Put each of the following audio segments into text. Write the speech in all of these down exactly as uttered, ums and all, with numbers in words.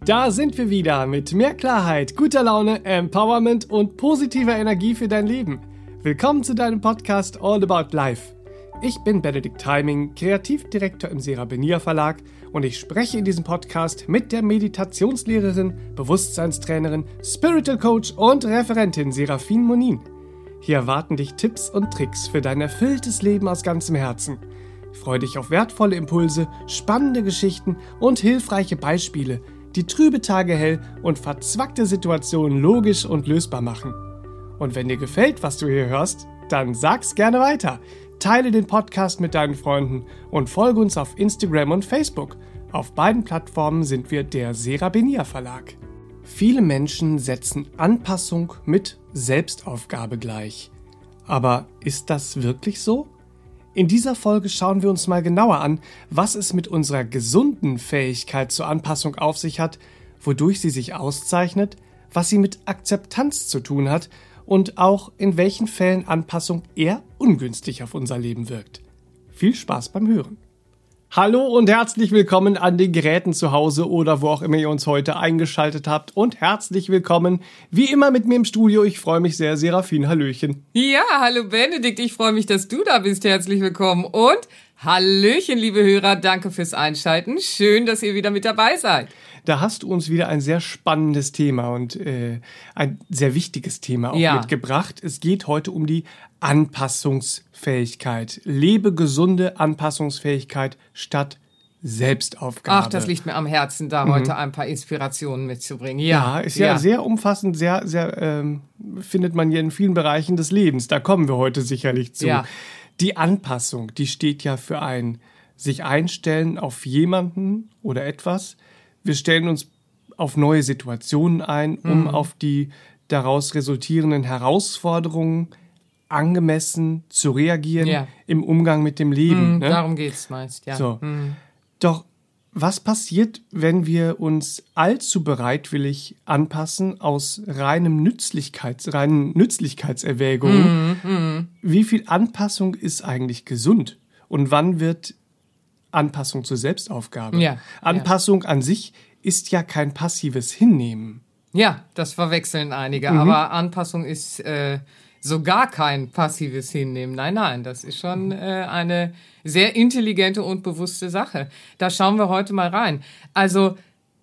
Da sind wir wieder mit mehr Klarheit, guter Laune, Empowerment und positiver Energie für dein Leben. Willkommen zu deinem Podcast All About Life. Ich bin Benedikt Heiming, Kreativdirektor im Serabenia Verlag und ich spreche in diesem Podcast mit der Meditationslehrerin, Bewusstseinstrainerin, Spiritual Coach und Referentin Serafin Monin. Hier erwarten dich Tipps und Tricks für dein erfülltes Leben aus ganzem Herzen. Freue dich auf wertvolle Impulse, spannende Geschichten und hilfreiche Beispiele, die trübe Tage hell und verzwackte Situationen logisch und lösbar machen. Und wenn dir gefällt, was du hier hörst, dann sag's gerne weiter. Teile den Podcast mit deinen Freunden und folge uns auf Instagram und Facebook. Auf beiden Plattformen sind wir der Serabenia Verlag. Viele Menschen setzen Anpassung mit Selbstaufgabe gleich. Aber ist das wirklich so? In dieser Folge schauen wir uns mal genauer an, was es mit unserer gesunden Fähigkeit zur Anpassung auf sich hat, wodurch sie sich auszeichnet, was sie mit Akzeptanz zu tun hat und auch in welchen Fällen Anpassung eher ungünstig auf unser Leben wirkt. Viel Spaß beim Hören! Hallo und herzlich willkommen an den Geräten zu Hause oder wo auch immer ihr uns heute eingeschaltet habt und herzlich willkommen, wie immer mit mir im Studio. Ich freue mich sehr, Serafin, hallöchen. Ja, hallo Benedikt, ich freue mich, dass du da bist. Herzlich willkommen und hallöchen, liebe Hörer, danke fürs Einschalten. Schön, dass ihr wieder mit dabei seid. Da hast du uns wieder ein sehr spannendes Thema und äh, ein sehr wichtiges Thema auch ja. mitgebracht. Es geht heute um die Anpassungsfähigkeit. Lebe gesunde Anpassungsfähigkeit statt Selbstaufgabe. Ach, das liegt mir am Herzen, da mhm. heute ein paar Inspirationen mitzubringen. Ja, ja ist ja, ja sehr umfassend, sehr, sehr ähm, findet man hier in vielen Bereichen des Lebens. Da kommen wir heute sicherlich zu. Ja. Die Anpassung, die steht ja für ein sich einstellen auf jemanden oder etwas. Wir stellen uns auf neue Situationen ein, um mhm. auf die daraus resultierenden Herausforderungen angemessen zu reagieren ja. im Umgang mit dem Leben. Mhm, ne? Darum geht's meist, ja. So. Mhm. Doch was passiert, wenn wir uns allzu bereitwillig anpassen aus reinem Nützlichkeits, reinen Nützlichkeitserwägungen? Mhm, mh. Wie viel Anpassung ist eigentlich gesund? Und wann wird Anpassung zur Selbstaufgabe? Ja, Anpassung ja. an sich ist ja kein passives Hinnehmen. Ja, das verwechseln einige. Mhm. Aber Anpassung ist äh, so gar kein passives Hinnehmen. Nein, nein, das ist schon äh, eine sehr intelligente und bewusste Sache. Da schauen wir heute mal rein. Also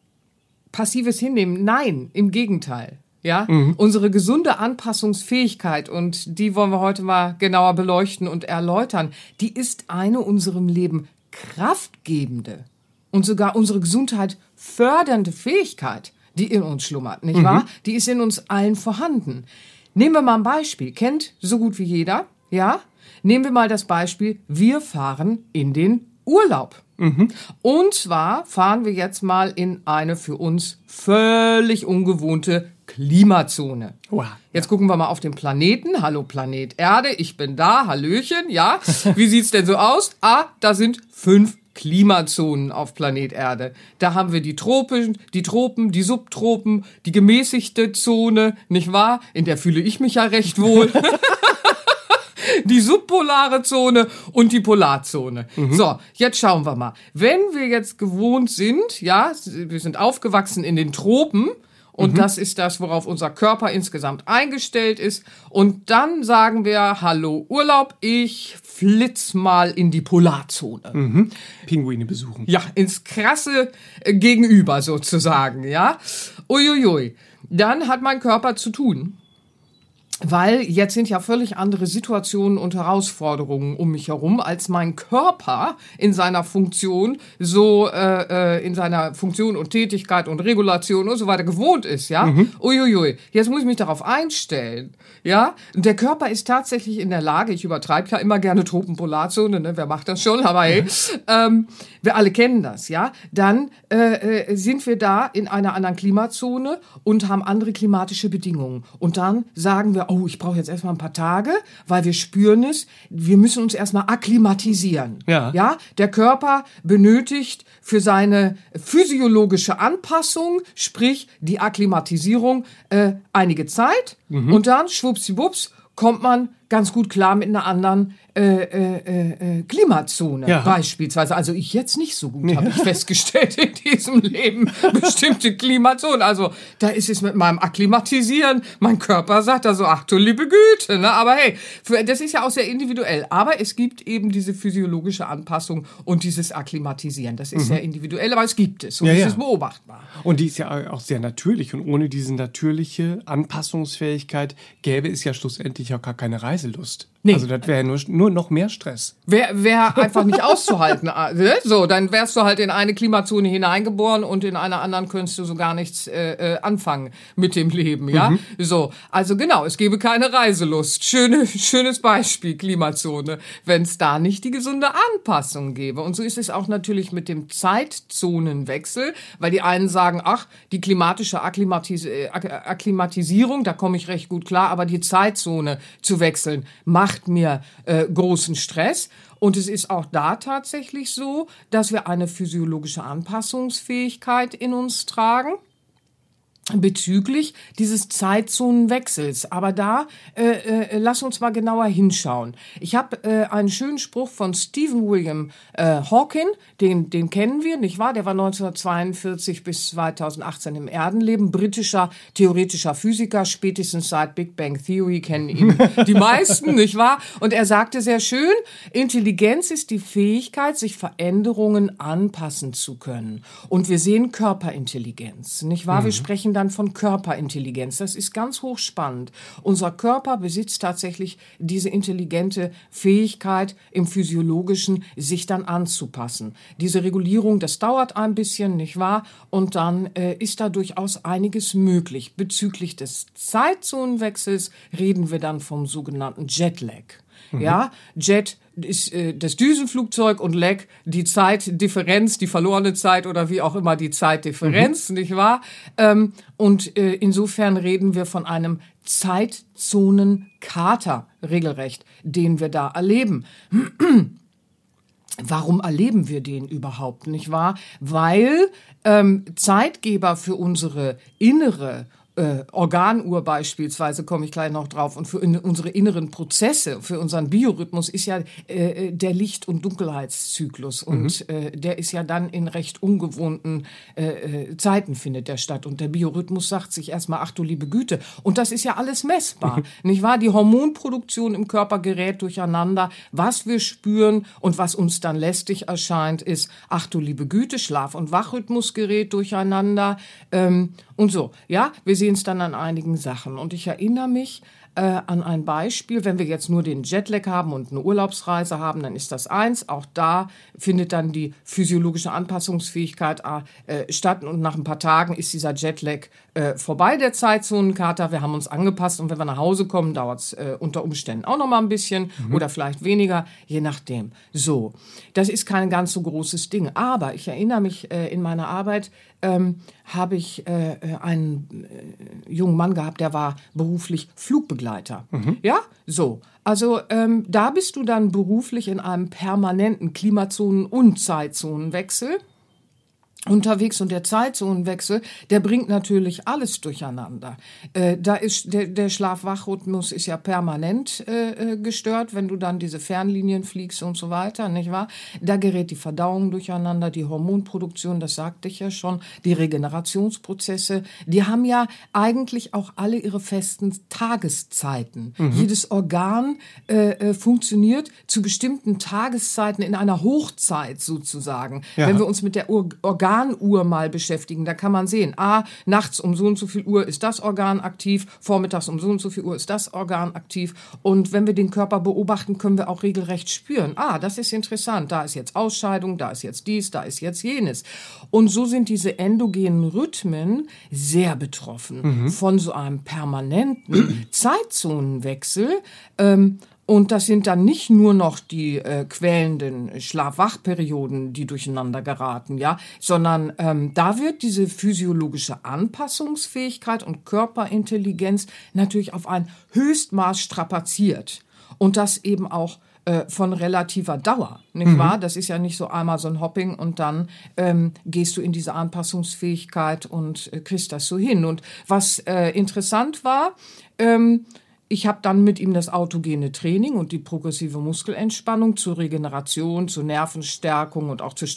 passives Hinnehmen, nein, im Gegenteil. Ja, mhm. Unsere gesunde Anpassungsfähigkeit, und die wollen wir heute mal genauer beleuchten und erläutern, die ist eine unserem Leben kraftgebende und sogar unsere Gesundheit fördernde Fähigkeit, die in uns schlummert, nicht mhm. wahr? Die ist in uns allen vorhanden. Nehmen wir mal ein Beispiel. Kennt so gut wie jeder, ja? Nehmen wir mal das Beispiel, wir fahren in den Urlaub. Mhm. Und zwar fahren wir jetzt mal in eine für uns völlig ungewohnte Klimazone. Wow. Jetzt gucken wir mal auf den Planeten. Hallo Planet Erde, ich bin da, hallöchen, ja. Wie sieht's denn so aus? Ah, da sind fünf Klimazonen auf Planet Erde. Da haben wir die Tropen, die Tropen, die Subtropen, die gemäßigte Zone, nicht wahr? In der fühle ich mich ja recht wohl. Die subpolare Zone und die Polarzone. Mhm. So, jetzt schauen wir mal. Wenn wir jetzt gewohnt sind, ja, wir sind aufgewachsen in den Tropen, und mhm. das ist das, worauf unser Körper insgesamt eingestellt ist. Und dann sagen wir, hallo Urlaub, ich flitz mal in die Polarzone. Mhm. Pinguine besuchen. Ja, ins krasse Gegenüber sozusagen, ja. Uiuiui. Dann hat mein Körper zu tun. Weil jetzt sind ja völlig andere Situationen und Herausforderungen um mich herum, als mein Körper in seiner Funktion so äh, äh, in seiner Funktion und Tätigkeit und Regulation und so weiter gewohnt ist, ja. Mhm. Uiuiui, jetzt muss ich mich darauf einstellen, ja. Und der Körper ist tatsächlich in der Lage, ich übertreibe ja immer gerne Tropen-Polarzone, ne, wer macht das schon, aber hey, ähm, wir alle kennen das, ja. Dann äh, äh, sind wir da in einer anderen Klimazone und haben andere klimatische Bedingungen. Und dann sagen wir, oh, ich brauche jetzt erstmal ein paar Tage, weil wir spüren es, wir müssen uns erstmal akklimatisieren. Ja. Ja, der Körper benötigt für seine physiologische Anpassung, sprich die Akklimatisierung, äh, einige Zeit. Mhm. Und dann, schwuppsiwupps, kommt man ganz gut klar mit einer anderen äh, äh, äh, Klimazone ja. beispielsweise. Also ich jetzt nicht so gut, ja. habe ich festgestellt in diesem Leben. Bestimmte Klimazonen. Also da ist es mit meinem Akklimatisieren. Mein Körper sagt da so, ach du liebe Güte. Ne? Aber hey, für, das ist ja auch sehr individuell. Aber es gibt eben diese physiologische Anpassung und dieses Akklimatisieren. Das ist mhm. sehr individuell, aber es gibt es. Und ja, es ja. ist beobachtbar. Und die ist ja auch sehr natürlich. Und ohne diese natürliche Anpassungsfähigkeit gäbe es ja schlussendlich auch gar keine Reiselust. Nee. Also das wäre nur, nur noch mehr Stress. Wäre wär einfach nicht auszuhalten. So, dann wärst du halt in eine Klimazone hineingeboren und in einer anderen könntest du so gar nichts äh, äh, anfangen mit dem Leben, ja? Mhm. So, also genau, es gäbe keine Reiselust. Schöne, schönes Beispiel, Klimazone, wenn es da nicht die gesunde Anpassung gäbe. Und so ist es auch natürlich mit dem Zeitzonenwechsel, weil die einen sagen, ach, die klimatische Akklimatis- äh, Akklimatisierung, da komme ich recht gut klar, aber die Zeitzone zu wechseln macht mir äh, großen Stress. Und es ist auch da tatsächlich so, dass wir eine physiologische Anpassungsfähigkeit in uns tragen bezüglich dieses Zeitzonenwechsels. Aber da äh, äh, lass uns mal genauer hinschauen. Ich habe äh, einen schönen Spruch von Stephen William äh, Hawking, den, den kennen wir, nicht wahr? Der war neunzehnhundertzweiundvierzig bis zweitausendachtzehn im Erdenleben, britischer theoretischer Physiker, spätestens seit Big Bang Theory kennen ihn die meisten, nicht wahr? Und er sagte sehr schön, Intelligenz ist die Fähigkeit, sich Veränderungen anpassen zu können. Und wir sehen Körperintelligenz, nicht wahr? Mhm. Wir sprechen dann von Körperintelligenz. Das ist ganz hochspannend. Unser Körper besitzt tatsächlich diese intelligente Fähigkeit im Physiologischen, sich dann anzupassen. Diese Regulierung, das dauert ein bisschen, nicht wahr? Und dann äh, ist da durchaus einiges möglich. Bezüglich des Zeitzonenwechsels reden wir dann vom sogenannten Jetlag. Mhm. Ja, Jet ist äh, das Düsenflugzeug und Lag die Zeitdifferenz, die verlorene Zeit oder wie auch immer die Zeitdifferenz, mhm. nicht wahr? Ähm, und äh, insofern reden wir von einem Zeitzonenkater regelrecht, den wir da erleben. Warum erleben wir den überhaupt, nicht wahr? Weil ähm, Zeitgeber für unsere innere Äh, Organuhr beispielsweise, komme ich gleich noch drauf, und für in, unsere inneren Prozesse, für unseren Biorhythmus ist ja äh, der Licht- und Dunkelheitszyklus. Mhm. Und äh, der ist ja dann in recht ungewohnten äh, Zeiten findet der statt. Und der Biorhythmus sagt sich erstmal, ach du liebe Güte. Und das ist ja alles messbar, nicht wahr? Die Hormonproduktion im Körper gerät durcheinander. Was wir spüren und was uns dann lästig erscheint, ist, ach du liebe Güte, Schlaf- und Wachrhythmus gerät durcheinander. Ähm, und so, ja, wir sehen es dann an einigen Sachen. Und ich erinnere mich äh, an ein Beispiel, wenn wir jetzt nur den Jetlag haben und eine Urlaubsreise haben, dann ist das eins. Auch da findet dann die physiologische Anpassungsfähigkeit äh, statt. Und nach ein paar Tagen ist dieser Jetlag äh, vorbei, der Zeitzonenkater. Wir haben uns angepasst und wenn wir nach Hause kommen, dauert es äh, unter Umständen auch noch mal ein bisschen mhm. oder vielleicht weniger, je nachdem. So, das ist kein ganz so großes Ding. Aber ich erinnere mich äh, in meiner Arbeit, ähm, habe ich äh, einen äh, jungen Mann gehabt, der war beruflich Flugbegleiter. Mhm. Ja, so. Also ähm, da bist du dann beruflich in einem permanenten Klimazonen- und Zeitzonenwechsel unterwegs und der Zeitzonenwechsel, der bringt natürlich alles durcheinander. Äh, da ist der, der Schlaf-Wach-Rhythmus ist ja permanent äh, gestört, wenn du dann diese Fernlinien fliegst und so weiter, nicht wahr? Da gerät die Verdauung durcheinander, die Hormonproduktion, das sagte ich ja schon, die Regenerationsprozesse, die haben ja eigentlich auch alle ihre festen Tageszeiten. Mhm. Jedes Organ äh, funktioniert zu bestimmten Tageszeiten in einer Hochzeit sozusagen. Ja. Wenn wir uns mit der Ur- Organ Organuhr mal beschäftigen, da kann man sehen, ah, nachts um so und so viel Uhr ist das Organ aktiv, vormittags um so und so viel Uhr ist das Organ aktiv. Und wenn wir den Körper beobachten, können wir auch regelrecht spüren, ah, das ist interessant, da ist jetzt Ausscheidung, da ist jetzt dies, da ist jetzt jenes. Und so sind diese endogenen Rhythmen sehr betroffen mhm. von so einem permanenten Zeitzonenwechsel. Ähm, Und das sind dann nicht nur noch die äh, quälenden Schlaf-Wach-Perioden, die durcheinander geraten, ja, sondern ähm, da wird diese physiologische Anpassungsfähigkeit und Körperintelligenz natürlich auf ein Höchstmaß strapaziert. Und das eben auch äh, von relativer Dauer, nicht mhm. wahr? Das ist ja nicht so einmal so ein Hopping und dann ähm, gehst du in diese Anpassungsfähigkeit und äh, kriegst das so hin. Und was äh, interessant war, ähm, ich habe dann mit ihm das autogene Training und die progressive Muskelentspannung zur Regeneration, zur Nervenstärkung und auch zur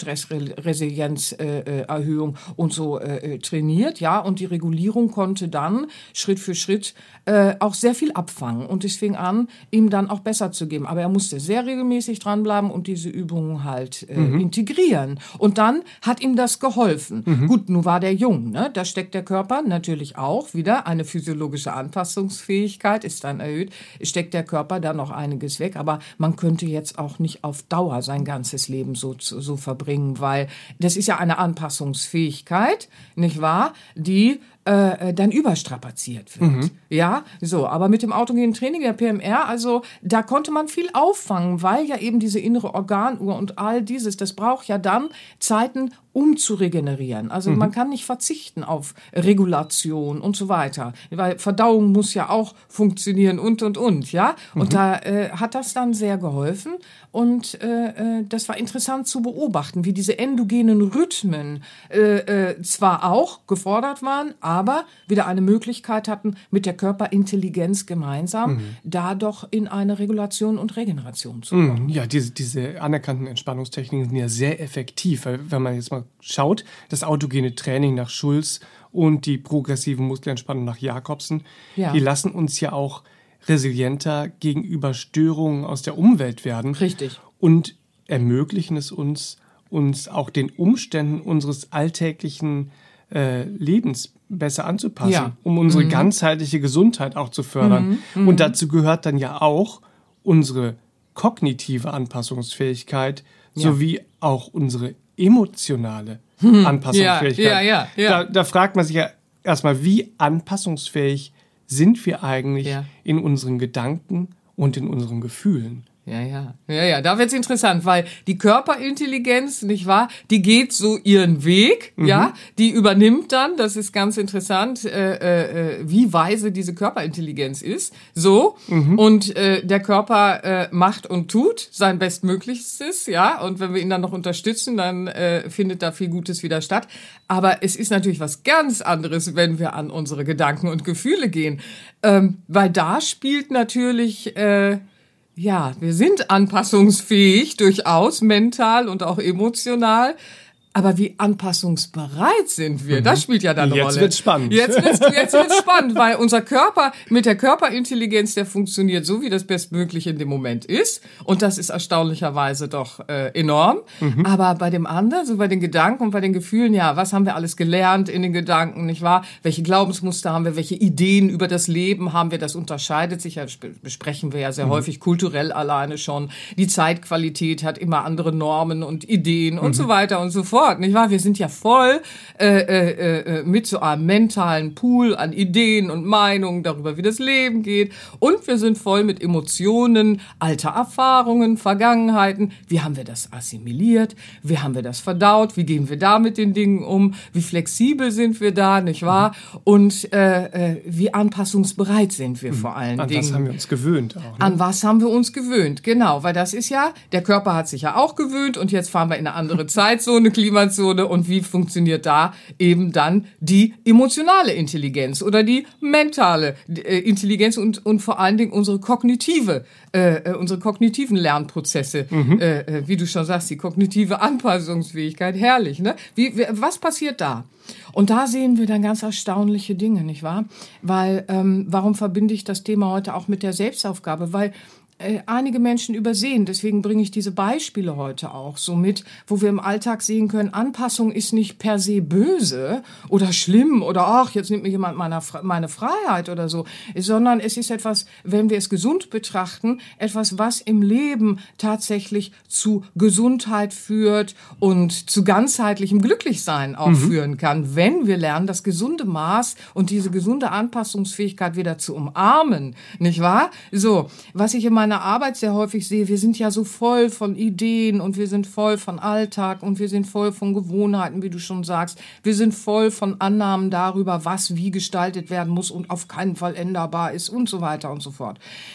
Stressresilienzerhöhung äh, und so äh, trainiert, ja. Und die Regulierung konnte dann Schritt für Schritt äh, auch sehr viel abfangen. Und es fing an, ihm dann auch besser zu geben. Aber er musste sehr regelmäßig dranbleiben und diese Übungen halt äh, mhm. integrieren. Und dann hat ihm das geholfen. Mhm. Gut, nun war der jung, ne? Da steckt der Körper natürlich auch wieder eine physiologische Anpassungsfähigkeit, ist dann erhöht, steckt der Körper da noch einiges weg. Aber man könnte jetzt auch nicht auf Dauer sein ganzes Leben so, so verbringen, weil das ist ja eine Anpassungsfähigkeit, nicht wahr, die äh, dann überstrapaziert wird. Mhm. Ja, so, aber mit dem autogenen Training der P M R, also da konnte man viel auffangen, weil ja eben diese innere Organuhr und all dieses, das braucht ja dann Zeiten, um zu regenerieren. Also mhm. man kann nicht verzichten auf Regulation und so weiter, weil Verdauung muss ja auch funktionieren und, und, und, ja. Und mhm. da äh, hat das dann sehr geholfen und äh, das war interessant zu beobachten, wie diese endogenen Rhythmen äh, äh, zwar auch gefordert waren, aber wieder eine Möglichkeit hatten, mit der Körperintelligenz gemeinsam mhm. da doch in eine Regulation und Regeneration zu kommen. Ja, diese, diese anerkannten Entspannungstechniken sind ja sehr effektiv, weil wenn man jetzt mal schaut, das autogene Training nach Schulz und die progressive Muskelentspannung nach Jakobsen, ja. die lassen uns ja auch resilienter gegenüber Störungen aus der Umwelt werden. Richtig. Und ermöglichen es uns, uns auch den Umständen unseres alltäglichen äh, Lebens besser anzupassen, ja. um unsere mhm. ganzheitliche Gesundheit auch zu fördern. Mhm. Mhm. Und dazu gehört dann ja auch unsere kognitive Anpassungsfähigkeit ja. sowie auch unsere emotionale hm. Anpassungsfähigkeit. Ja, ja, ja, ja. Da, da fragt man sich ja erstmal, wie anpassungsfähig sind wir eigentlich ja. in unseren Gedanken und in unseren Gefühlen? Ja, ja, ja, ja, da wird's interessant, weil die Körperintelligenz, nicht wahr, die geht so ihren Weg, mhm. ja, die übernimmt dann, das ist ganz interessant, äh, äh, wie weise diese Körperintelligenz ist, so, mhm. und äh, der Körper äh, macht und tut sein Bestmöglichstes, ja, und wenn wir ihn dann noch unterstützen, dann äh, findet da viel Gutes wieder statt, aber es ist natürlich was ganz anderes, wenn wir an unsere Gedanken und Gefühle gehen, ähm, weil da spielt natürlich äh, ja, wir sind anpassungsfähig, durchaus mental und auch emotional. Aber wie anpassungsbereit sind wir? Mhm. Das spielt ja dann eine Jetzt Rolle. Jetzt wird's spannend. Jetzt wird's, jetzt wird's spannend, weil unser Körper mit der Körperintelligenz, der funktioniert so, wie das Bestmögliche in dem Moment ist. Und das ist erstaunlicherweise doch äh, enorm. Mhm. Aber bei dem anderen, so bei den Gedanken und bei den Gefühlen, ja, was haben wir alles gelernt in den Gedanken, nicht wahr? Welche Glaubensmuster haben wir? Welche Ideen über das Leben haben wir? Das unterscheidet sich ja, besprechen wir ja sehr mhm. häufig kulturell alleine schon. Die Zeitqualität hat immer andere Normen und Ideen mhm. und so weiter und so fort. Nicht wahr? Wir sind ja voll äh, äh, äh, mit so einem mentalen Pool an Ideen und Meinungen darüber, wie das Leben geht. Und wir sind voll mit Emotionen, alter Erfahrungen, Vergangenheiten. Wie haben wir das assimiliert? Wie haben wir das verdaut? Wie gehen wir da mit den Dingen um? Wie flexibel sind wir da, nicht wahr? Und äh, äh, wie anpassungsbereit sind wir vor allen An Dingen. An was haben wir uns gewöhnt auch? Ne? An was haben wir uns gewöhnt, genau. Weil das ist ja, der Körper hat sich ja auch gewöhnt und jetzt fahren wir in eine andere Zeitzone, Klimazone. Und wie funktioniert da eben dann die emotionale Intelligenz oder die mentale äh, Intelligenz und, und vor allen Dingen unsere kognitive, äh, unsere kognitiven Lernprozesse, mhm. äh, wie du schon sagst, die kognitive Anpassungsfähigkeit, herrlich, ne? Wie, wie, was passiert da? Und da sehen wir dann ganz erstaunliche Dinge, nicht wahr? Weil, ähm, warum verbinde ich das Thema heute auch mit der Selbstaufgabe? Weil einige Menschen übersehen. Deswegen bringe ich diese Beispiele heute auch so mit, wo wir im Alltag sehen können, Anpassung ist nicht per se böse oder schlimm oder ach, jetzt nimmt mir jemand meine, meine Freiheit oder so, sondern es ist etwas, wenn wir es gesund betrachten, etwas, was im Leben tatsächlich zu Gesundheit führt und zu ganzheitlichem Glücklichsein auch mhm. führen kann, wenn wir lernen, das gesunde Maß und diese gesunde Anpassungsfähigkeit wieder zu umarmen, nicht wahr? So, was ich in meiner Arbeit sehr häufig sehe, wir sind ja so voll von Ideen und wir sind voll von Alltag und wir sind voll von Gewohnheiten, wie du schon sagst. Wir sind voll von Annahmen darüber, was wie gestaltet werden muss und auf keinen Fall änderbar ist und so weiter und so fort.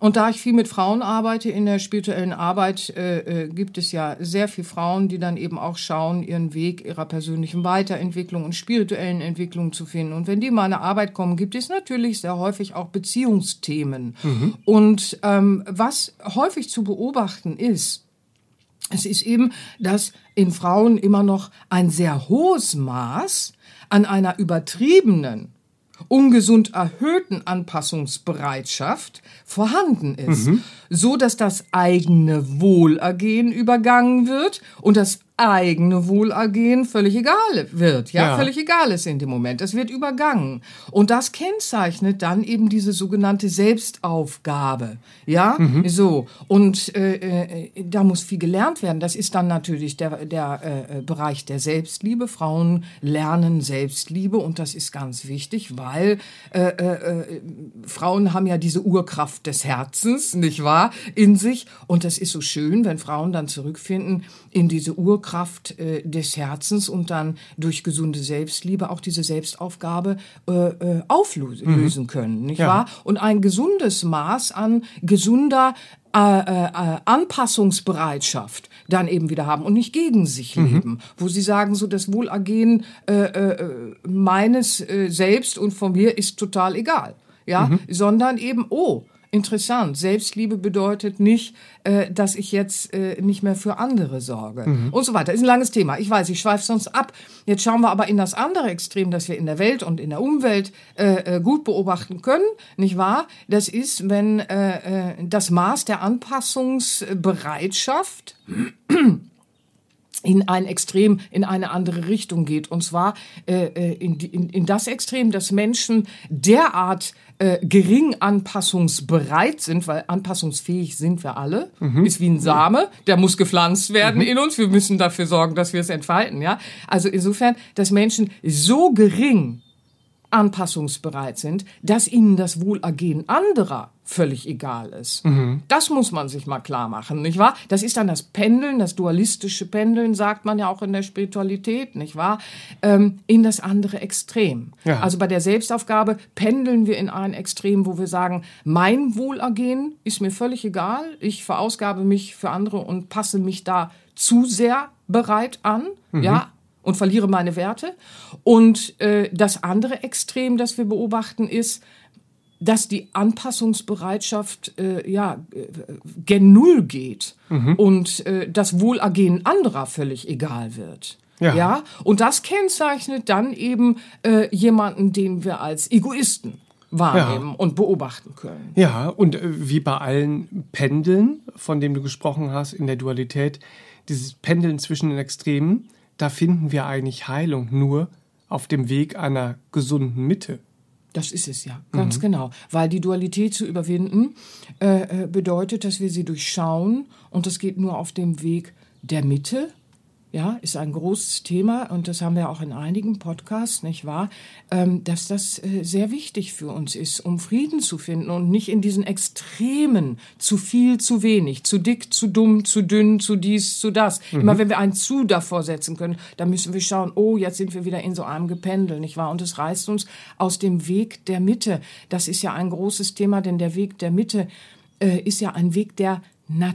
Und da ich viel mit Frauen arbeite, in der spirituellen Arbeit äh, äh, gibt es ja sehr viele Frauen, die dann eben auch schauen, ihren Weg ihrer persönlichen Weiterentwicklung und spirituellen Entwicklung zu finden. Und wenn die in meine Arbeit kommen, gibt es natürlich sehr häufig auch Beziehungsthemen. Mhm. Und ähm, was häufig zu beobachten ist, es ist eben, dass in Frauen immer noch ein sehr hohes Maß an einer übertriebenen, ungesund erhöhten Anpassungsbereitschaft vorhanden ist, mhm. so dass das eigene Wohlergehen übergangen wird und das eigene Wohlergehen völlig egal wird, ja, ja, völlig egal ist in dem Moment. Es wird übergangen. Und das kennzeichnet dann eben diese sogenannte Selbstaufgabe, ja, mhm. so. Und äh, äh, da muss viel gelernt werden. Das ist dann natürlich der, der äh, Bereich der Selbstliebe. Frauen lernen Selbstliebe und das ist ganz wichtig, weil äh, äh, Frauen haben ja diese Urkraft des Herzens, nicht wahr, in sich. Und das ist so schön, wenn Frauen dann zurückfinden in diese Urkraft Kraft äh, des Herzens und dann durch gesunde Selbstliebe auch diese Selbstaufgabe äh, äh, auflösen mhm. können, nicht ja. wahr? Und ein gesundes Maß an gesunder äh, äh, Anpassungsbereitschaft dann eben wieder haben und nicht gegen sich mhm. leben, wo sie sagen, so das Wohlergehen äh, äh, meines äh, Selbst und von mir ist total egal, ja, mhm. sondern eben, oh, interessant. Selbstliebe bedeutet nicht, äh, dass ich jetzt äh, nicht mehr für andere sorge mhm. und so weiter. Ist ein langes Thema. Ich weiß, ich schweife sonst ab. Jetzt schauen wir aber in das andere Extrem, das wir in der Welt und in der Umwelt äh, gut beobachten können, nicht wahr? Das ist, wenn äh, das Maß der Anpassungsbereitschaft in ein Extrem, in eine andere Richtung geht. Und zwar äh, in, in, in das Extrem, dass Menschen derart äh, gering anpassungsbereit sind, weil anpassungsfähig sind wir alle, mhm. ist wie ein Same, der muss gepflanzt werden mhm. in uns. Wir müssen dafür sorgen, dass wir es entfalten. Ja? Also insofern, dass Menschen so gering anpassungsbereit sind, dass ihnen das Wohlergehen anderer völlig egal ist. Mhm. Das muss man sich mal klar machen, nicht wahr? Das ist dann das Pendeln, das dualistische Pendeln, sagt man ja auch in der Spiritualität, nicht wahr? Ähm, in das andere Extrem. Ja. Also bei der Selbstaufgabe pendeln wir in ein Extrem, wo wir sagen, mein Wohlergehen ist mir völlig egal, ich verausgabe mich für andere und passe mich da zu sehr bereit an, mhm. ja, und verliere meine Werte. Und äh, das andere Extrem, das wir beobachten, ist, dass die Anpassungsbereitschaft äh, ja äh, gen Null geht mhm. und äh, das Wohlergehen anderer völlig egal wird. Ja. ja? Und das kennzeichnet dann eben äh, jemanden, den wir als Egoisten wahrnehmen ja. und beobachten können. Ja, und äh, wie bei allen Pendeln, von denen du gesprochen hast, in der Dualität, dieses Pendeln zwischen den Extremen, da finden wir eigentlich Heilung nur auf dem Weg einer gesunden Mitte. Das ist es ja, ganz mhm. genau. Weil die Dualität zu überwinden äh, bedeutet, dass wir sie durchschauen und das geht nur auf dem Weg der Mitte. Ja, ist ein großes Thema und das haben wir auch in einigen Podcasts, nicht wahr, ähm, dass das äh, sehr wichtig für uns ist, um Frieden zu finden und nicht in diesen Extremen, zu viel, zu wenig, zu dick, zu dumm, zu dünn, zu dies, zu das. Mhm. Immer wenn wir ein zu davor setzen können, dann müssen wir schauen, oh, jetzt sind wir wieder in so einem Gependel, nicht wahr? Und es reißt uns aus dem Weg der Mitte. Das ist ja ein großes Thema, denn der Weg der Mitte äh, ist ja ein Weg der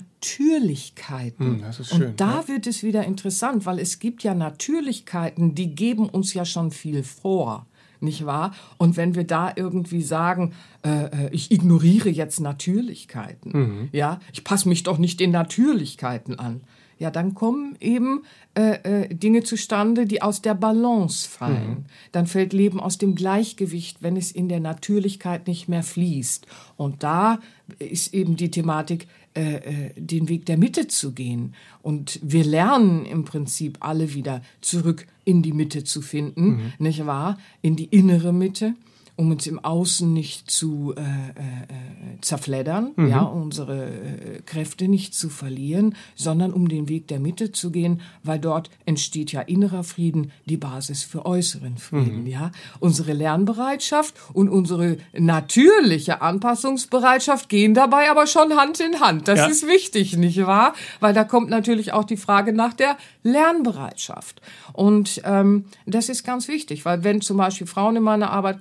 Natürlichkeiten. Das ist schön, und da ja. wird es wieder interessant, weil es gibt ja Natürlichkeiten, die geben uns ja schon viel vor, nicht wahr? Und wenn wir da irgendwie sagen, äh, ich ignoriere jetzt Natürlichkeiten, mhm. ja, ich passe mich doch nicht den Natürlichkeiten an, ja, dann kommen eben äh, äh, Dinge zustande, die aus der Balance fallen. Mhm. Dann fällt Leben aus dem Gleichgewicht, wenn es in der Natürlichkeit nicht mehr fließt. Und da ist eben die Thematik, äh, den Weg der Mitte zu gehen. Und wir lernen im Prinzip alle wieder zurück in die Mitte zu finden, mhm. nicht wahr? In die innere Mitte, um uns im Außen nicht zu äh, äh, zerfleddern, mhm. ja, unsere äh, Kräfte nicht zu verlieren, sondern um den Weg der Mitte zu gehen, weil dort entsteht ja innerer Frieden, die Basis für äußeren Frieden, mhm. ja. Unsere Lernbereitschaft und unsere natürliche Anpassungsbereitschaft gehen dabei aber schon Hand in Hand. Das ja. ist wichtig, nicht wahr? Weil da kommt natürlich auch die Frage nach der Lernbereitschaft. Und ähm, das ist ganz wichtig, weil wenn zum Beispiel Frauen in meine Arbeit kommen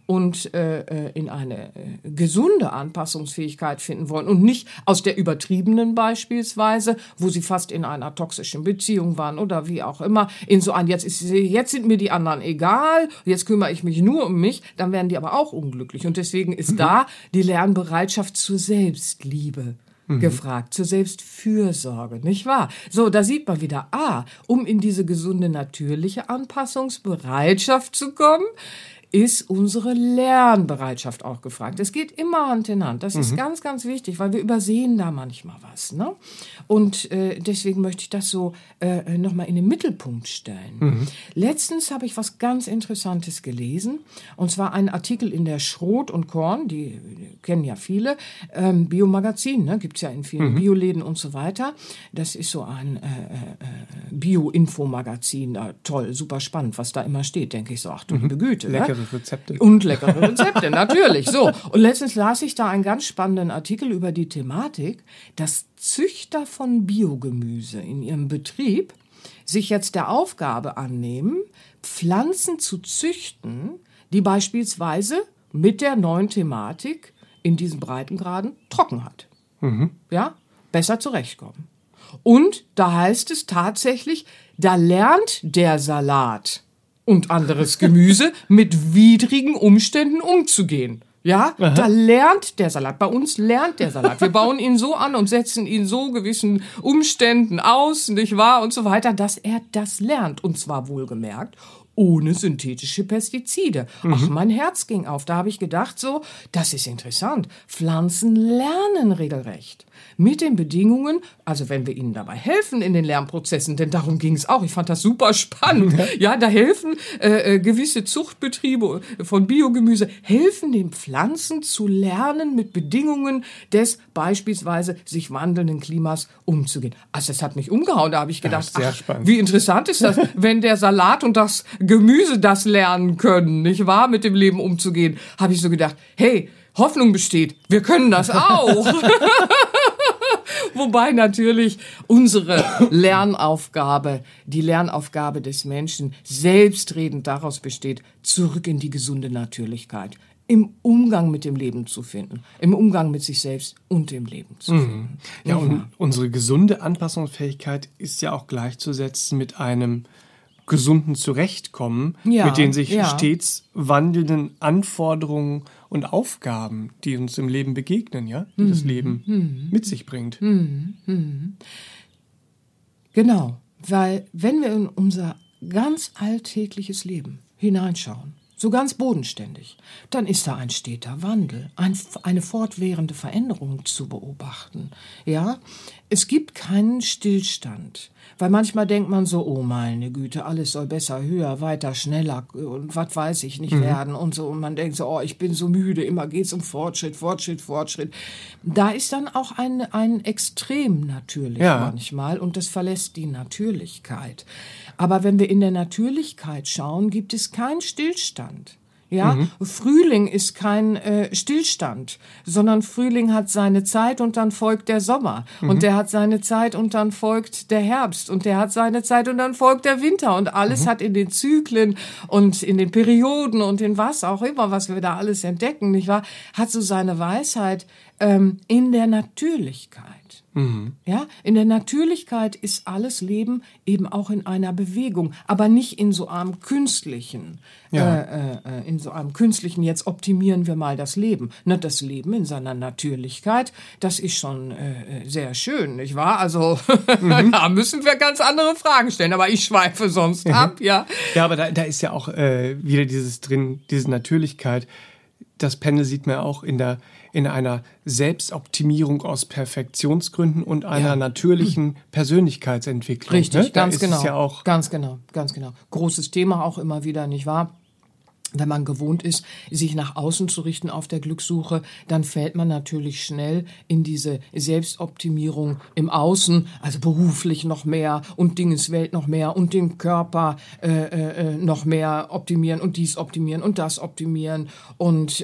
und äh, in eine äh, gesunde Anpassungsfähigkeit finden wollen und nicht aus der übertriebenen beispielsweise, wo sie fast in einer toxischen Beziehung waren oder wie auch immer, in so ein, jetzt, ist, jetzt sind mir die anderen egal, jetzt kümmere ich mich nur um mich, dann werden die aber auch unglücklich. Und deswegen ist mhm. da die Lernbereitschaft zur Selbstliebe mhm. gefragt, zur Selbstfürsorge, nicht wahr? So, da sieht man wieder, ah, um in diese gesunde, natürliche Anpassungsbereitschaft zu kommen, ist unsere Lernbereitschaft auch gefragt. Es geht immer Hand in Hand. Das mhm. ist ganz, ganz wichtig, weil wir übersehen da manchmal was. Ne? Und äh, deswegen möchte ich das so äh, nochmal in den Mittelpunkt stellen. Mhm. Letztens habe ich was ganz Interessantes gelesen. Und zwar einen Artikel in der Schrot und Korn, die, die kennen ja viele, ähm, Biomagazin, ne? Gibt es ja in vielen mhm. Bioläden und so weiter. Das ist so ein äh, äh, Bio-Info-Magazin. Äh, toll, super spannend, was da immer steht, denke ich so. Ach du liebe Güte. Leckere ne? Rezepte. Und leckere Rezepte, natürlich. So. Und letztens las ich da einen ganz spannenden Artikel über die Thematik, dass Züchter von Biogemüse in ihrem Betrieb sich jetzt der Aufgabe annehmen, Pflanzen zu züchten, die beispielsweise mit der neuen Thematik in diesen Breitengraden Trockenheit. Mhm. Ja, besser zurechtkommen. Und da heißt es tatsächlich, da lernt der Salat und anderes Gemüse mit widrigen Umständen umzugehen. Ja, aha. Da lernt der Salat. Bei uns lernt der Salat. Wir bauen ihn so an und setzen ihn so gewissen Umständen aus, nicht wahr, und so weiter, dass er das lernt. Und zwar wohlgemerkt ohne synthetische Pestizide. Mhm. Ach, mein Herz ging auf. Da habe ich gedacht so, das ist interessant. Pflanzen lernen regelrecht. Mit den Bedingungen, also wenn wir ihnen dabei helfen in den Lernprozessen, denn darum ging es auch. Ich fand das super spannend. Ja, da helfen äh, gewisse Zuchtbetriebe von Biogemüse, helfen den Pflanzen zu lernen, mit Bedingungen des beispielsweise sich wandelnden Klimas umzugehen. Also das hat mich umgehauen. Da habe ich gedacht, ja, ach, wie interessant ist das, wenn der Salat und das Gemüse das lernen können, nicht wahr, mit dem Leben umzugehen. Habe ich so gedacht, hey, Hoffnung besteht, wir können das auch. Wobei natürlich unsere Lernaufgabe, die Lernaufgabe des Menschen selbstredend daraus besteht, zurück in die gesunde Natürlichkeit, im Umgang mit dem Leben zu finden, im Umgang mit sich selbst und dem Leben zu finden. Mhm. Ja, und unsere gesunde Anpassungsfähigkeit ist ja auch gleichzusetzen mit einem gesunden Zurechtkommen ja, mit den sich ja. stets wandelnden Anforderungen und Aufgaben, die uns im Leben begegnen, ja, die mhm. das Leben mhm. mit sich bringt. Mhm. Mhm. Genau, weil wenn wir in unser ganz alltägliches Leben hineinschauen, so ganz bodenständig, dann ist da ein steter Wandel, ein, eine fortwährende Veränderung zu beobachten. Ja, es gibt keinen Stillstand, weil manchmal denkt man so, oh meine Güte, alles soll besser, höher, weiter, schneller und was weiß ich nicht mhm. werden und so. Und man denkt so, oh, ich bin so müde, immer geht's um Fortschritt, Fortschritt, Fortschritt. Da ist dann auch ein, ein Extrem natürlich ja. manchmal und das verlässt die Natürlichkeit. Aber wenn wir in der Natürlichkeit schauen, gibt es keinen Stillstand. Ja, mhm. Frühling ist kein äh, Stillstand, sondern Frühling hat seine Zeit und dann folgt der Sommer. Mhm. Und der hat seine Zeit und dann folgt der Herbst. Und der hat seine Zeit und dann folgt der Winter. Und alles mhm. hat in den Zyklen und in den Perioden und in was auch immer, was wir da alles entdecken, nicht wahr, hat so seine Weisheit ähm, in der Natürlichkeit. Mhm. Ja, in der Natürlichkeit ist alles Leben eben auch in einer Bewegung, aber nicht in so einem künstlichen, ja. äh, äh, in so einem künstlichen, jetzt optimieren wir mal das Leben. Ne, das Leben in seiner Natürlichkeit, das ist schon äh, sehr schön, nicht wahr? Also mhm. da müssen wir ganz andere Fragen stellen, aber ich schweife sonst mhm. ab, ja. Ja, aber da, da ist ja auch äh, wieder dieses drin, diese Natürlichkeit. Das Pendel sieht man auch in der in einer Selbstoptimierung aus Perfektionsgründen und einer ja. natürlichen Persönlichkeitsentwicklung. Richtig, ne? Da ganz ist genau. Es ja auch ganz genau, ganz genau. Großes Thema auch immer wieder, nicht wahr? Wenn man gewohnt ist, sich nach außen zu richten auf der Glückssuche, dann fällt man natürlich schnell in diese Selbstoptimierung im Außen, also beruflich noch mehr und Dingeswelt noch mehr und den Körper äh, äh, noch mehr optimieren und dies optimieren und das optimieren und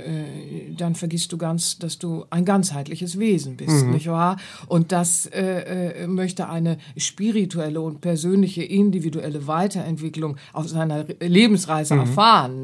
äh, dann vergisst du ganz, dass du ein ganzheitliches Wesen bist, mhm. nicht wahr? Und das äh, äh, möchte eine spirituelle und persönliche, individuelle Weiterentwicklung auf seiner Lebensreise mhm. erfahren.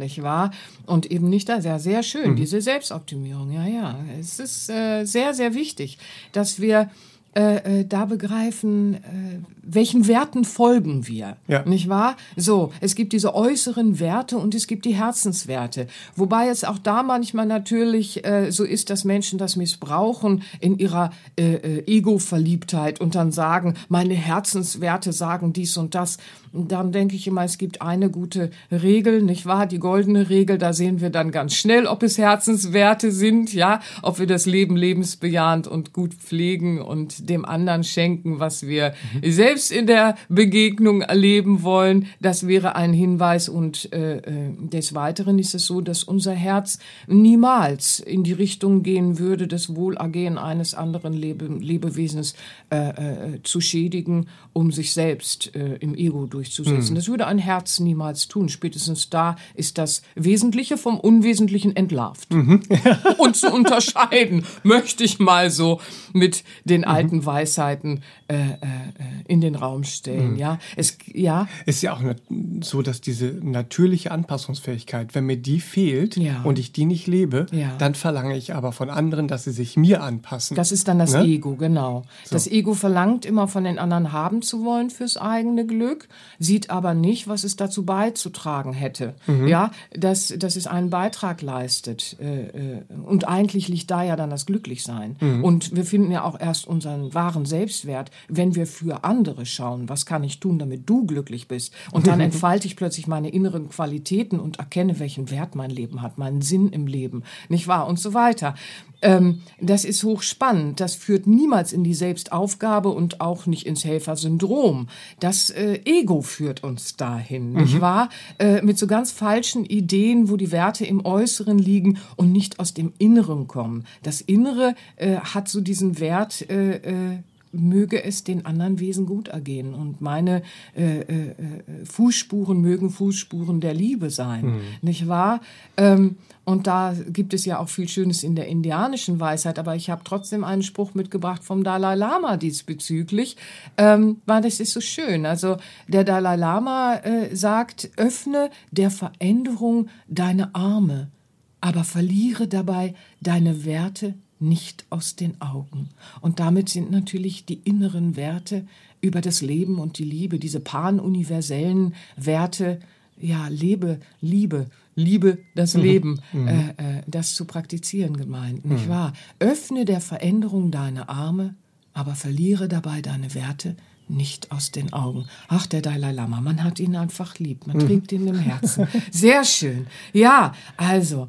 nicht wahr? Und eben nicht das, ja, sehr schön, Mhm. diese Selbstoptimierung, ja, ja. Es ist äh, sehr, sehr wichtig, dass wir Äh, äh, da begreifen, äh, welchen Werten folgen wir, Ja. nicht wahr? So, es gibt diese äußeren Werte und es gibt die Herzenswerte. Wobei es auch da manchmal natürlich äh, so ist, dass Menschen das missbrauchen in ihrer äh, äh, Ego-Verliebtheit und dann sagen, meine Herzenswerte sagen dies und das. Und dann denke ich immer, es gibt eine gute Regel, nicht wahr? Die goldene Regel, da sehen wir dann ganz schnell, ob es Herzenswerte sind, ja, ob wir das Leben lebensbejahend und gut pflegen und dem anderen schenken, was wir mhm. selbst in der Begegnung erleben wollen. Das wäre ein Hinweis. Und äh, des Weiteren ist es so, dass unser Herz niemals in die Richtung gehen würde, das Wohlergehen eines anderen Lebe Lebewesens äh, äh, zu schädigen, um sich selbst äh, im Ego durchzusetzen. Mhm. Das würde ein Herz niemals tun. Spätestens da ist das Wesentliche vom Unwesentlichen entlarvt. Mhm. Und zu unterscheiden, möchte ich mal so mit den alten mhm. Weisheiten äh, äh, in den Raum stellen. Mhm. Ja, es ja ist ja auch so, dass diese natürliche Anpassungsfähigkeit, wenn mir die fehlt ja. und ich die nicht lebe, ja. dann verlange ich aber von anderen, dass sie sich mir anpassen. Das ist dann das ne? Ego, genau. So. Das Ego verlangt immer von den anderen haben zu wollen fürs eigene Glück, sieht aber nicht, was es dazu beizutragen hätte. Mhm. Ja, dass, dass es einen Beitrag leistet. Äh, und eigentlich liegt da ja dann das Glücklichsein. Mhm. Und wir finden ja auch erst unseren wahren Selbstwert, wenn wir für andere schauen. Was kann ich tun, damit du glücklich bist? Und dann entfalte ich plötzlich meine inneren Qualitäten und erkenne, welchen Wert mein Leben hat, meinen Sinn im Leben, nicht wahr? Und so weiter. Ähm, das ist hochspannend. Das führt niemals in die Selbstaufgabe und auch nicht ins Helfersyndrom. Das äh, Ego führt uns dahin, mhm. nicht wahr? Äh, mit so ganz falschen Ideen, wo die Werte im Äußeren liegen und nicht aus dem Inneren kommen. Das Innere äh, hat so diesen Wert, äh, äh, möge es den anderen Wesen gut ergehen. Und meine äh, äh, Fußspuren mögen Fußspuren der Liebe sein, mhm. nicht wahr? Ähm, und da gibt es ja auch viel Schönes in der indianischen Weisheit, aber ich habe trotzdem einen Spruch mitgebracht vom Dalai Lama diesbezüglich, ähm, weil das ist so schön. Also der Dalai Lama äh, sagt, öffne der Veränderung deine Arme, aber verliere dabei deine Werte nicht aus den Augen. Und damit sind natürlich die inneren Werte über das Leben und die Liebe, diese panuniversellen Werte, ja, lebe, Liebe, liebe das mhm. Leben, mhm. Äh, äh, das zu praktizieren gemeint, nicht mhm. wahr? Öffne der Veränderung deine Arme, aber verliere dabei deine Werte nicht aus den Augen. Ach, der Dalai Lama, man hat ihn einfach lieb, man mhm. trägt ihn im Herzen. Sehr schön. Ja, also,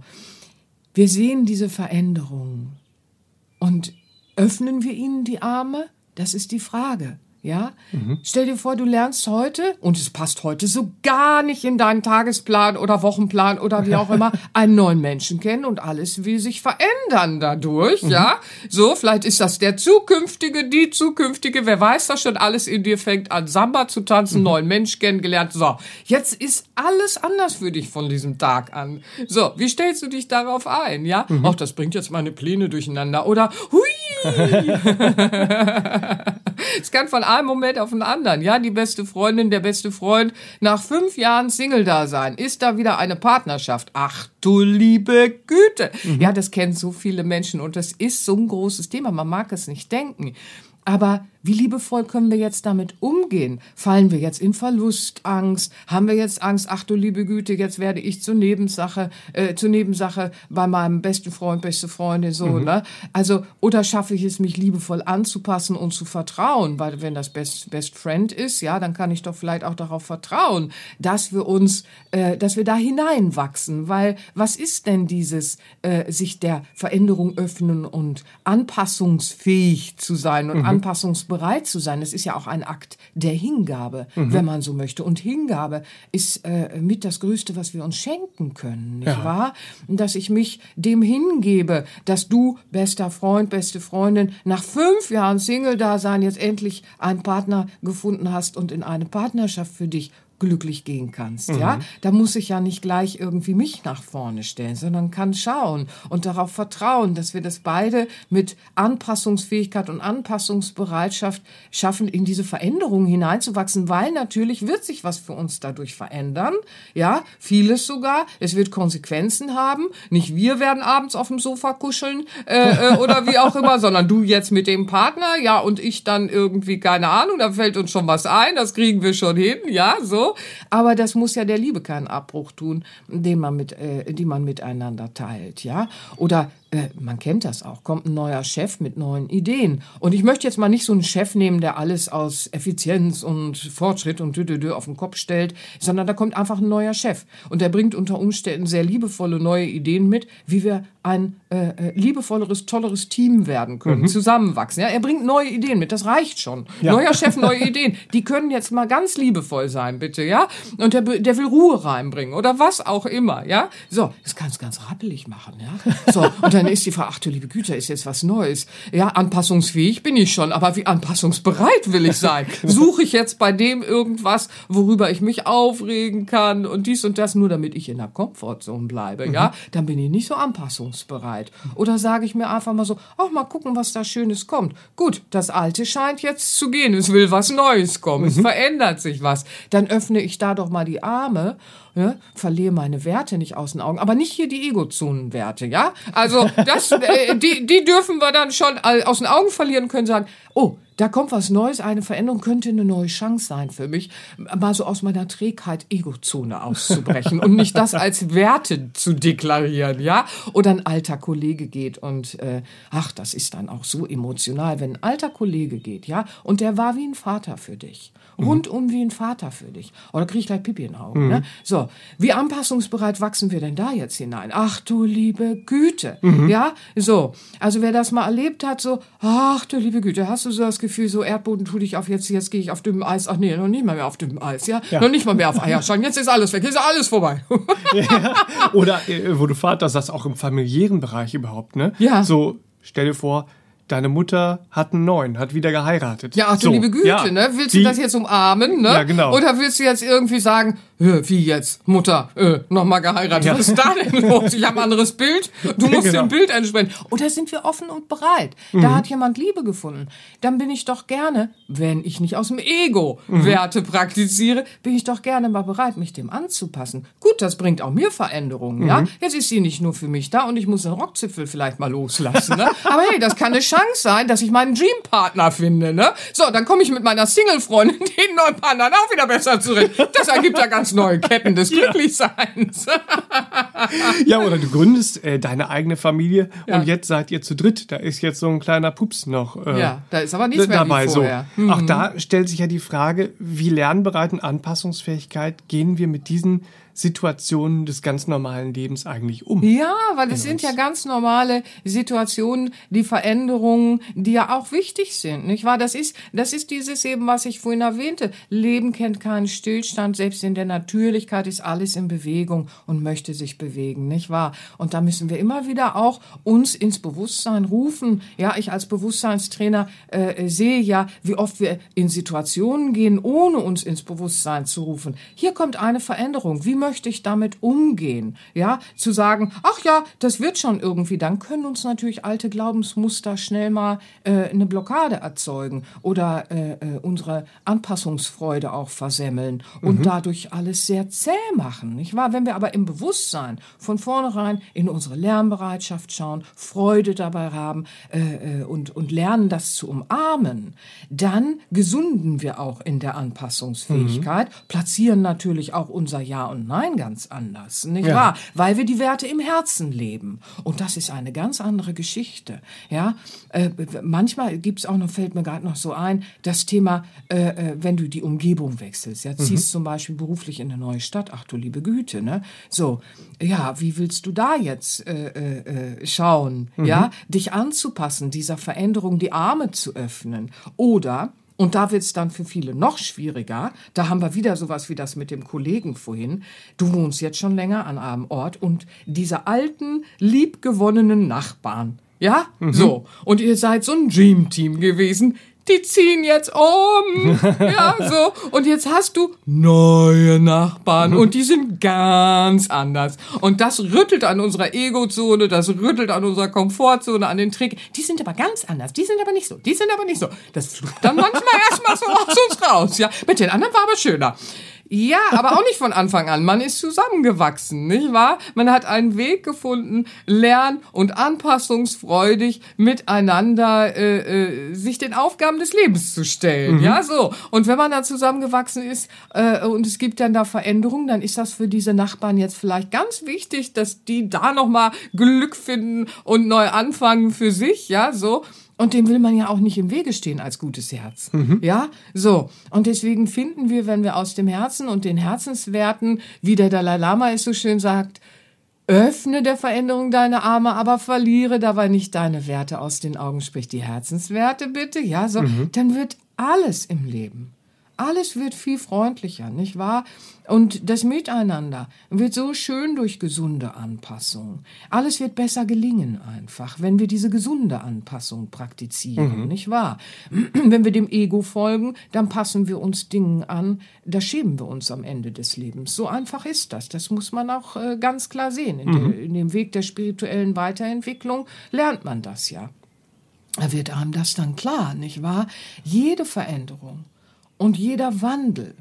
wir sehen diese Veränderungen. Und öffnen wir ihnen die Arme? Das ist die Frage. Ja? Mhm. Stell dir vor, du lernst heute, und es passt heute so gar nicht in deinen Tagesplan oder Wochenplan oder wie auch immer, einen neuen Menschen kennen und alles will sich verändern dadurch. Mhm. Ja? So, vielleicht ist das der zukünftige, die zukünftige, wer weiß das schon, alles in dir fängt an, Samba zu tanzen, mhm. neuen Mensch kennengelernt. So, jetzt ist alles anders für dich von diesem Tag an. So, wie stellst du dich darauf ein? Ja? Mhm. Ach, das bringt jetzt meine Pläne durcheinander. Oder, hui! Es kann von einem Moment auf den anderen, ja, die beste Freundin, der beste Freund, nach fünf Jahren Single-Dasein, ist da wieder eine Partnerschaft. Ach du liebe Güte. Mhm. Ja, das kennen so viele Menschen und das ist so ein großes Thema, man mag es nicht denken. Aber wie liebevoll können wir jetzt damit umgehen? Fallen wir jetzt in Verlustangst? Haben wir jetzt Angst, ach du liebe Güte, jetzt werde ich zur Nebensache, äh, zur Nebensache bei meinem besten Freund, beste Freundin, so, mhm. ne? Also, oder schaffe ich es, mich liebevoll anzupassen und zu vertrauen? Weil wenn das Best, Best Friend ist, ja, dann kann ich doch vielleicht auch darauf vertrauen, dass wir uns, äh, dass wir da hineinwachsen. Weil, was ist denn dieses, äh, sich der Veränderung öffnen und anpassungsfähig zu sein und mhm. anpassungsbereit zu sein? Das ist ja auch ein Akt der Hingabe, mhm. wenn man so möchte. Und Hingabe ist äh, mit das Größte, was wir uns schenken können, nicht ja. wahr? Dass ich mich dem hingebe, dass du, bester Freund, beste Freundin, nach fünf Jahren Single-Dasein jetzt endlich einen Partner gefunden hast und in eine Partnerschaft für dich glücklich gehen kannst, Mhm. ja. Da muss ich ja nicht gleich irgendwie mich nach vorne stellen, sondern kann schauen und darauf vertrauen, dass wir das beide mit Anpassungsfähigkeit und Anpassungsbereitschaft schaffen, in diese Veränderungen hineinzuwachsen, weil natürlich wird sich was für uns dadurch verändern, ja, vieles sogar. Es wird Konsequenzen haben. Nicht wir werden abends auf dem Sofa kuscheln äh, äh, oder wie auch immer, sondern du jetzt mit dem Partner, ja, und ich dann irgendwie, keine Ahnung, da fällt uns schon was ein, das kriegen wir schon hin, ja, so. Aber das muss ja der Liebe keinen Abbruch tun, den man mit, äh, die man miteinander teilt, ja. Oder äh, man kennt das auch, kommt ein neuer Chef mit neuen Ideen. Und ich möchte jetzt mal nicht so einen Chef nehmen, der alles aus Effizienz und Fortschritt und dü, dü, dü auf den Kopf stellt, sondern da kommt einfach ein neuer Chef. Und der bringt unter Umständen sehr liebevolle neue Ideen mit, wie wir ein äh, liebevolleres, tolleres Team werden können, mhm. zusammenwachsen. Ja, er bringt neue Ideen mit, das reicht schon. Ja. Neuer Chef, neue Ideen. Die können jetzt mal ganz liebevoll sein, bitte, ja? Und der, der will Ruhe reinbringen oder was auch immer, ja? So, das kannst du ganz rappelig machen, ja? So, und dann ist die Frage, ach du liebe Güte, ist jetzt was Neues. Ja, anpassungsfähig bin ich schon, aber wie anpassungsbereit will ich sein? Suche ich jetzt bei dem irgendwas, worüber ich mich aufregen kann und dies und das, nur damit ich in der Komfortzone bleibe, mhm. ja? Dann bin ich nicht so anpassungsbereit. Oder sage ich mir einfach mal so, ach, mal gucken, was da Schönes kommt. Gut, das Alte scheint jetzt zu gehen, es will was Neues kommen, mhm. es verändert sich was. Dann öffne ich da doch mal die Arme, ja, verliere meine Werte nicht aus den Augen, aber nicht hier die Ego-Zonen-Werte, ja? Also das, äh, die, die dürfen wir dann schon aus den Augen verlieren, können sagen, oh, da kommt was Neues, eine Veränderung könnte eine neue Chance sein für mich, mal so aus meiner Trägheit Ego-Zone auszubrechen und nicht das als Werte zu deklarieren, ja? Oder ein alter Kollege geht und, äh, ach, das ist dann auch so emotional, wenn ein alter Kollege geht, ja? Und der war wie ein Vater für dich. Rundum wie ein Vater für dich. Oder krieg ich gleich Pipi in den Augen, mhm. ne? So, wie anpassungsbereit wachsen wir denn da jetzt hinein? Ach du liebe Güte, mhm. ja? So, also wer das mal erlebt hat, so, ach du liebe Güte, hast du so das Gefühl, so Erdboden tu dich auf, jetzt, jetzt gehe ich auf dünnem Eis. Ach nee, noch nicht mal mehr auf dünnem Eis, ja? ja. Noch nicht mal mehr auf Eierschein, jetzt ist alles weg, jetzt ist alles vorbei. Ja. Oder, äh, wo du Vater sagst, auch im familiären Bereich überhaupt, ne? Ja. So, stell dir vor, deine Mutter hat einen neuen, hat wieder geheiratet. Ja, ach du so, liebe Güte, ja. ne? Willst Die, du das jetzt umarmen, ne? Ja, genau. Oder willst du jetzt irgendwie sagen, äh, wie jetzt, Mutter, äh, nochmal geheiratet? Ja. Was ist da denn los? Ich habe ein anderes Bild. Du musst genau. dem Bild entsprechen. Oder sind wir offen und bereit? Mhm. Da hat jemand Liebe gefunden. Dann bin ich doch gerne, wenn ich nicht aus dem Ego mhm. Werte praktiziere, bin ich doch gerne mal bereit, mich dem anzupassen. Gut, das bringt auch mir Veränderungen, mhm. ja? Jetzt ist sie nicht nur für mich da und ich muss den Rockzipfel vielleicht mal loslassen, ne? Aber hey, das kann eine Chance sein, dass ich meinen Dreampartner finde, ne? So, dann komme ich mit meiner Single-Freundin den neuen Partnern auch wieder besser zurecht. Das ergibt ja ganz neue Ketten des Glücklichseins. Ja, oder du gründest äh, deine eigene Familie Ja. und jetzt seid ihr zu dritt. Da ist jetzt so ein kleiner Pups noch äh, Ja, da ist aber nichts mehr dabei. wie vorher. So. Mhm. Auch da stellt sich ja die Frage, wie lernbereit und Anpassungsfähigkeit gehen wir mit diesen Situationen des ganz normalen Lebens eigentlich um? Ja, weil es sind ja ganz normale Situationen, die Veränderungen, die ja auch wichtig sind, nicht wahr? Das ist, das ist dieses eben, was ich vorhin erwähnte. Leben kennt keinen Stillstand, selbst in der Natürlichkeit ist alles in Bewegung und möchte sich bewegen, nicht wahr? Und da müssen wir immer wieder auch uns ins Bewusstsein rufen. Ja, ich als Bewusstseinstrainer äh, sehe ja, wie oft wir in Situationen gehen, ohne uns ins Bewusstsein zu rufen. Hier kommt eine Veränderung. Wie möchte ich damit umgehen? Ja, zu sagen, ach ja, das wird schon irgendwie, dann können uns natürlich alte Glaubensmuster schnell mal äh, eine Blockade erzeugen oder äh, äh, unsere Anpassungsfreude auch versemmeln und mhm. dadurch alles sehr zäh machen, nicht wahr? Wenn wir aber im Bewusstsein von vornherein in unsere Lernbereitschaft schauen, Freude dabei haben äh, äh, und, und lernen, das zu umarmen, dann gesunden wir auch in der Anpassungsfähigkeit, mhm. platzieren natürlich auch unser Ja und Nein ganz anders, nicht Ja. wahr? Weil wir die Werte im Herzen leben. Und das ist eine ganz andere Geschichte. Ja, äh, manchmal gibt's auch noch, fällt mir gerade noch so ein, das Thema, äh, äh, wenn du die Umgebung wechselst, ja, ziehst mhm. zum Beispiel beruflich in eine neue Stadt, ach du liebe Güte, ne? So, ja, wie willst du da jetzt äh, äh, schauen, mhm. ja, dich anzupassen, dieser Veränderung die Arme zu öffnen? Oder und da wird's dann für viele noch schwieriger. Da haben wir wieder sowas wie das mit dem Kollegen vorhin. Du wohnst jetzt schon länger an einem Ort und diese alten, liebgewonnenen Nachbarn, ja, mhm. so. Und ihr seid so ein Dream-Team gewesen. die ziehen jetzt um. Ja, so. Und jetzt hast du neue Nachbarn und die sind ganz anders. Und das rüttelt an unserer Ego-Zone, das rüttelt an unserer Komfortzone, an den Trick. Die sind aber ganz anders. Die sind aber nicht so. Die sind aber nicht so. Das fliegt dann manchmal erstmal so aus uns raus. Ja, mit den anderen war aber schöner. Ja, aber auch nicht von Anfang an. Man ist zusammengewachsen, nicht wahr? Man hat einen Weg gefunden, lern- und anpassungsfreudig miteinander äh, äh, sich den Aufgaben des Lebens zu stellen. Mhm. Ja, so. Und wenn man dann zusammengewachsen ist äh, und es gibt dann da Veränderungen, dann ist das für diese Nachbarn jetzt vielleicht ganz wichtig, dass die da nochmal Glück finden und neu anfangen für sich, ja, so. Und dem will man ja auch nicht im Wege stehen als gutes Herz. Mhm. Ja, so. Und deswegen finden wir, wenn wir aus dem Herzen und den Herzenswerten, wie der Dalai Lama es so schön sagt, öffne der Veränderung deine Arme, aber verliere dabei nicht deine Werte aus den Augen, sprich die Herzenswerte bitte, ja, so. Mhm. Dann wird alles im Leben, alles wird viel freundlicher, nicht wahr? Und das Miteinander wird so schön durch gesunde Anpassung. Alles wird besser gelingen einfach, wenn wir diese gesunde Anpassung praktizieren, mhm. nicht wahr? Wenn wir dem Ego folgen, dann passen wir uns Dingen an, da schämen wir uns am Ende des Lebens. So einfach ist das. Das muss man auch äh, ganz klar sehen. In, mhm. de, in dem Weg der spirituellen Weiterentwicklung lernt man das ja. Da wird einem das dann klar, nicht wahr? Jede Veränderung und jeder Wandel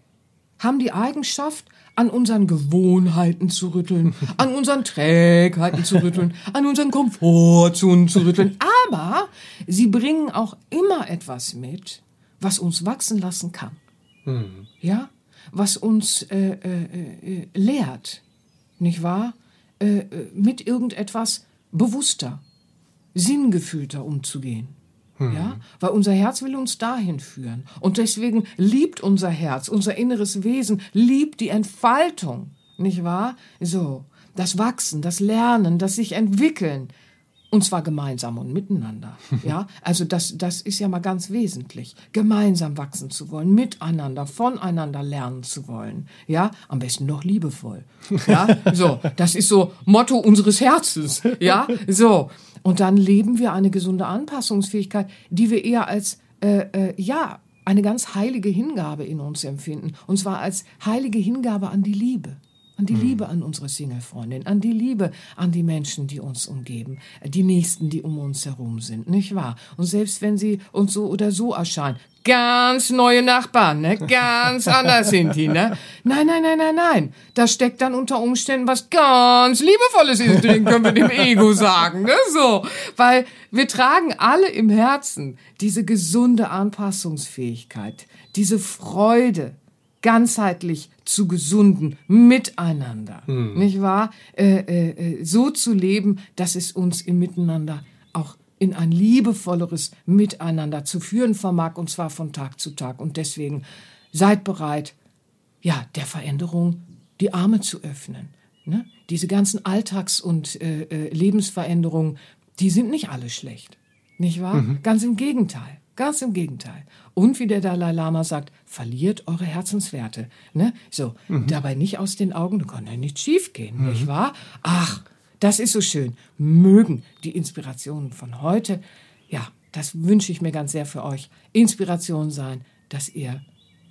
haben die Eigenschaft, an unseren Gewohnheiten zu rütteln, an unseren Trägheiten zu rütteln, an unseren Komfortzonen zu rütteln. Aber sie bringen auch immer etwas mit, was uns wachsen lassen kann. Mhm. Ja? Was uns äh, äh, äh, lehrt, nicht wahr? Äh, mit irgendetwas bewusster, sinngefühlter umzugehen. Ja, weil unser Herz will uns dahin führen. Und deswegen liebt unser Herz, unser inneres Wesen, liebt die Entfaltung, nicht wahr? So, das Wachsen, das Lernen, das sich entwickeln. Und zwar gemeinsam und miteinander. Ja, also das, das ist ja mal ganz wesentlich. Gemeinsam wachsen zu wollen, miteinander, voneinander lernen zu wollen. Ja, am besten noch liebevoll. Ja, so, das ist so Motto unseres Herzens. Ja, so. Und dann leben wir eine gesunde Anpassungsfähigkeit, die wir eher als, äh, äh, ja, eine ganz heilige Hingabe in uns empfinden. Und zwar als heilige Hingabe an die Liebe. An die mhm. Liebe an unsere Single-Freundin, an die Liebe an die Menschen, die uns umgeben, die Nächsten, die um uns herum sind, nicht wahr? Und selbst wenn sie uns so oder so erscheinen, ganz neue Nachbarn, ne? Ganz anders sind die, ne? Nein, nein, nein, nein, nein. Da steckt dann unter Umständen was ganz Liebevolles in drin, können wir dem Ego sagen, ne? So. Weil wir tragen alle im Herzen diese gesunde Anpassungsfähigkeit, diese Freude, ganzheitlich zu gesunden Miteinander, hm. nicht wahr? Äh, äh, so zu leben, dass es uns im Miteinander auch in ein liebevolleres Miteinander zu führen vermag, und zwar von Tag zu Tag. Und deswegen seid bereit, ja, der Veränderung die Arme zu öffnen. Ne? Diese ganzen Alltags- und äh, äh, Lebensveränderungen, die sind nicht alle schlecht, nicht wahr? Mhm. Ganz im Gegenteil. Ganz im Gegenteil. Und wie der Dalai Lama sagt, verliert eure Herzenswerte. Ne? So, mhm. dabei nicht aus den Augen, da kann ja nichts schief gehen, mhm. nicht wahr? Ach, das ist so schön. Mögen die Inspirationen von heute, ja, das wünsche ich mir ganz sehr für euch, Inspiration sein, dass ihr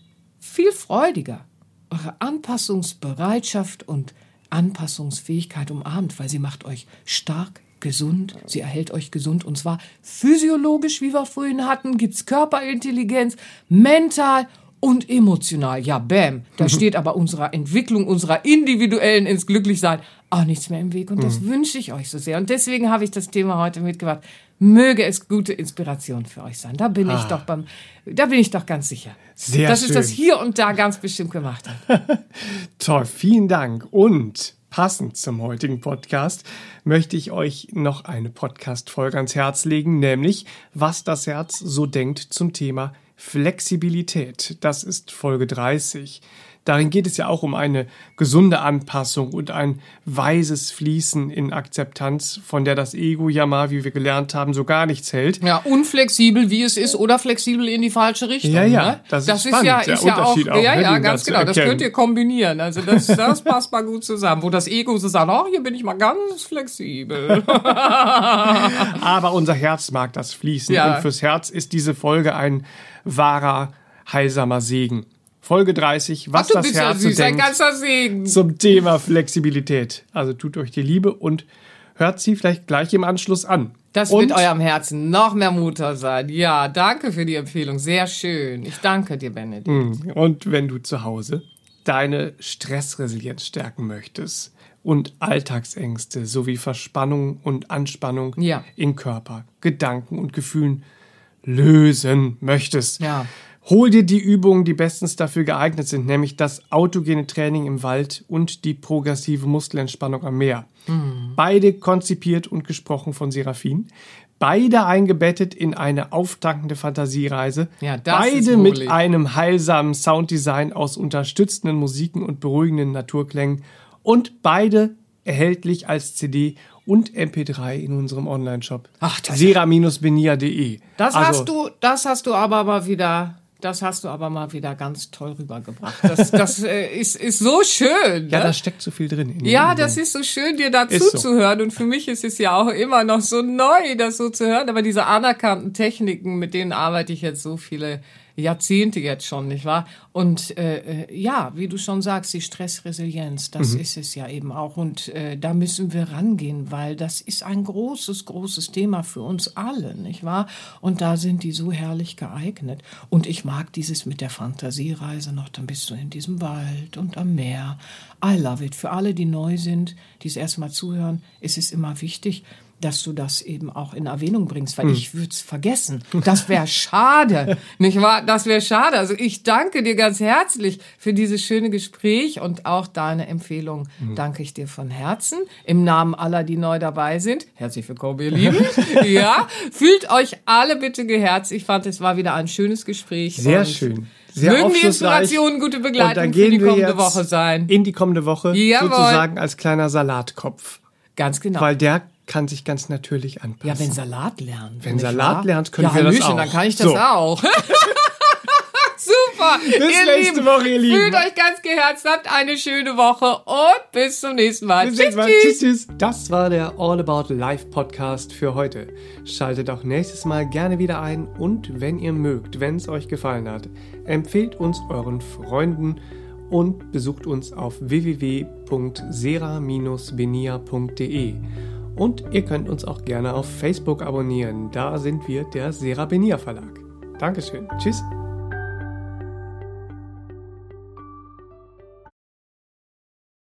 viel freudiger eure Anpassungsbereitschaft und Anpassungsfähigkeit umarmt, weil sie macht euch stark, gesund, sie erhält euch gesund, und zwar physiologisch, wie wir vorhin hatten, gibt's Körperintelligenz, mental und emotional. Ja, bam, da steht aber unserer Entwicklung, unserer individuellen ins Glücklichsein auch nichts mehr im Weg, und das mhm. wünsche ich euch so sehr. Und deswegen habe ich das Thema heute mitgebracht. Möge es gute Inspiration für euch sein. Da bin ah. ich doch beim, da bin ich doch ganz sicher, sehr dass schön. es das hier und da ganz bestimmt gemacht hat. Toll, vielen Dank. Und passend zum heutigen Podcast möchte ich euch noch eine Podcast-Folge ans Herz legen, nämlich Was das Herz so denkt zum Thema Flexibilität. Das ist Folge dreißig. darin geht es ja auch um eine gesunde Anpassung und ein weises Fließen in Akzeptanz, von der das Ego ja mal, wie wir gelernt haben, so gar nichts hält. Ja, unflexibel, wie es ist, oder flexibel in die falsche Richtung. Ja, ja, ne? das ist das spannend, ist ja, der ist ja auch, Unterschied auch, ja, ne, ja, den ganz da zu genau. Das erkennen. könnt ihr kombinieren. Also das, das passt mal gut zusammen, wo das Ego so sagt, oh, hier bin ich mal ganz flexibel. Aber unser Herz mag das Fließen. Ja. Und fürs Herz ist diese Folge ein wahrer, heilsamer Segen. Folge dreißig, was Ach, du das bist ja Herz süß, ein denkt ganzer Segen. zum Thema Flexibilität. Also tut euch die Liebe und hört sie vielleicht gleich im Anschluss an. Das und wird eurem Herzen noch mehr Mutter sein. Ja, danke für die Empfehlung. Sehr schön. Ich danke dir, Benedikt. Und wenn du zu Hause deine Stressresilienz stärken möchtest und Alltagsängste sowie Verspannung und Anspannung Ja. in Körper, Gedanken und Gefühlen lösen möchtest, Ja. hol dir die Übungen, die bestens dafür geeignet sind, nämlich das autogene Training im Wald und die progressive Muskelentspannung am Meer. Mhm. Beide konzipiert und gesprochen von Seraphin. Beide eingebettet in eine auftankende Fantasiereise. Ja, das Beide ist mit wohlig. einem heilsamen Sounddesign aus unterstützenden Musiken und beruhigenden Naturklängen. Und beide erhältlich als C D und M P drei in unserem Online-Shop. Ach, das- sera Bindestrich benia punkt de. Das Also, hast du, das hast du aber mal wieder, das hast du aber mal wieder ganz toll rübergebracht. Das, das äh, ist, ist so schön. Ja, ne? da steckt so viel drin. In den Ja, Übungen. das ist so schön, dir dazu Ist so. zu hören. Und für mich ist es ja auch immer noch so neu, das so zu hören. Aber diese anerkannten Techniken, mit denen arbeite ich jetzt so viele Jahrzehnte jetzt schon, nicht wahr? Und äh, äh, ja, wie du schon sagst, die Stressresilienz, das Mhm. ist es ja eben auch. Und äh, da müssen wir rangehen, weil das ist ein großes, großes Thema für uns alle, nicht wahr? Und da sind die so herrlich geeignet. Und ich mag dieses mit der Fantasiereise noch, dann bist du in diesem Wald und am Meer. I love it. Für alle, die neu sind, die das erste Mal zuhören, ist es immer wichtig, dass du das eben auch in Erwähnung bringst, weil ich würde es vergessen. Das wäre schade, nicht wahr? Das wäre schade. Also ich danke dir ganz herzlich für dieses schöne Gespräch und auch deine Empfehlung danke ich dir von Herzen. Im Namen aller, die neu dabei sind. Herzlich willkommen, ihr Lieben. Ja, fühlt euch alle bitte geherzt. Ich fand, es war wieder ein schönes Gespräch. Sehr und schön. Sehr mögen die aufschlussreich. Inspirationen gute Und dann Begleitung gehen für die wir kommende jetzt Woche sein. in die kommende Woche Jawohl. sozusagen als kleiner Salatkopf. Ganz genau. Weil der kann sich ganz natürlich anpassen. Ja, wenn Salat lernen. Wenn nicht Salat wahr? lernt, können ja, wir das Hallöchen, auch. dann kann ich das So. auch. Super. Bis ihr nächste Lieben, Woche, ihr Lieben. Fühlt euch ganz geherzt, habt eine schöne Woche und bis zum nächsten Mal. Bis Tschüss, nächstes Mal. tschüss. Tschüss, tschüss. Das war der All About Life Podcast für heute. Schaltet auch nächstes Mal gerne wieder ein und wenn ihr mögt, wenn es euch gefallen hat, empfehlt uns euren Freunden und besucht uns auf w w w punkt sera Bindestrich benia punkt de. Und ihr könnt uns auch gerne auf Facebook abonnieren. Da sind wir der Sera Benia Verlag. Dankeschön. Tschüss.